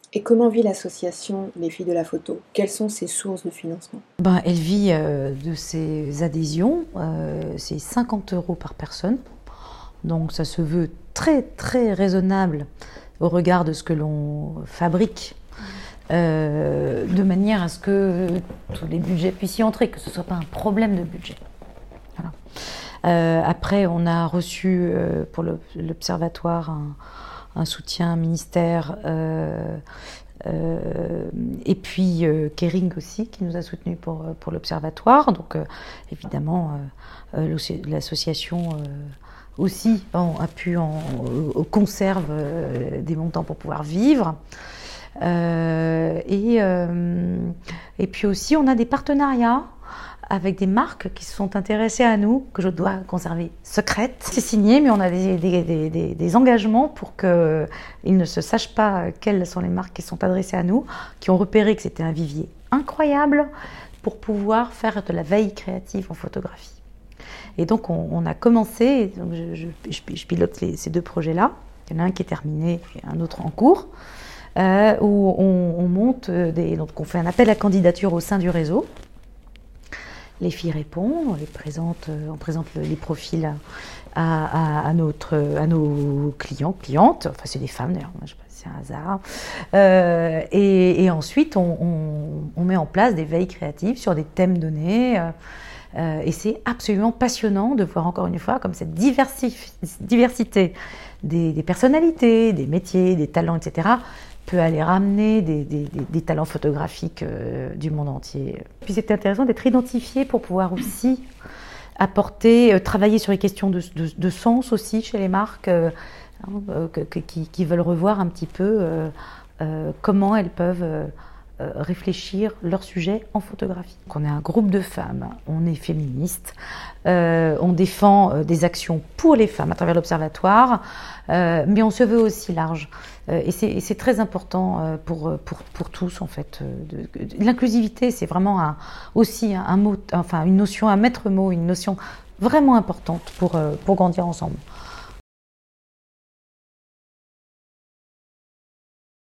Et comment vit l'association Les Filles de la Photo? Quelles sont ses sources de financement? Elle vit de ses adhésions, c'est 50 € par personne, donc ça se veut très très raisonnable au regard de ce que l'on fabrique, de manière à ce que tous les budgets puissent y entrer, que ce ne soit pas un problème de budget. Voilà. Après, on a reçu pour l'Observatoire un soutien ministère, et puis Kering aussi qui nous a soutenus pour l'Observatoire. Donc évidemment, l'association aussi conserve des montants pour pouvoir vivre. Et puis aussi, on a des partenariats avec des marques qui se sont intéressées à nous, que je dois conserver secrètes. C'est signé, mais on a des engagements pour qu'ils ne se sachent pas quelles sont les marques qui sont adressées à nous, qui ont repéré que c'était un vivier incroyable pour pouvoir faire de la veille créative en photographie. Et donc on a commencé, donc je pilote ces 2 projets-là. Il y en a un qui est terminé et un autre en cours, où on monte donc on fait un appel à candidature au sein du réseau. Les filles répondent, on présente les profils à nos clients, clientes, enfin c'est des femmes d'ailleurs, je sais pas si c'est un hasard. Et ensuite on met en place des veilles créatives sur des thèmes donnés. Et c'est absolument passionnant de voir encore une fois comme cette diversité des personnalités, des métiers, des talents, etc. peut aller ramener des talents photographiques du monde entier. Puis c'est intéressant d'être identifié pour pouvoir aussi travailler sur les questions de sens aussi chez les marques qui veulent revoir un petit peu comment elles peuvent réfléchir leur sujet en photographie. On est un groupe de femmes, on est féministes, on défend des actions pour les femmes à travers l'Observatoire, mais on se veut aussi large. Et c'est très important pour tous en fait. L'inclusivité, c'est vraiment aussi un mot, enfin une notion, un maître mot, une notion vraiment importante pour grandir ensemble.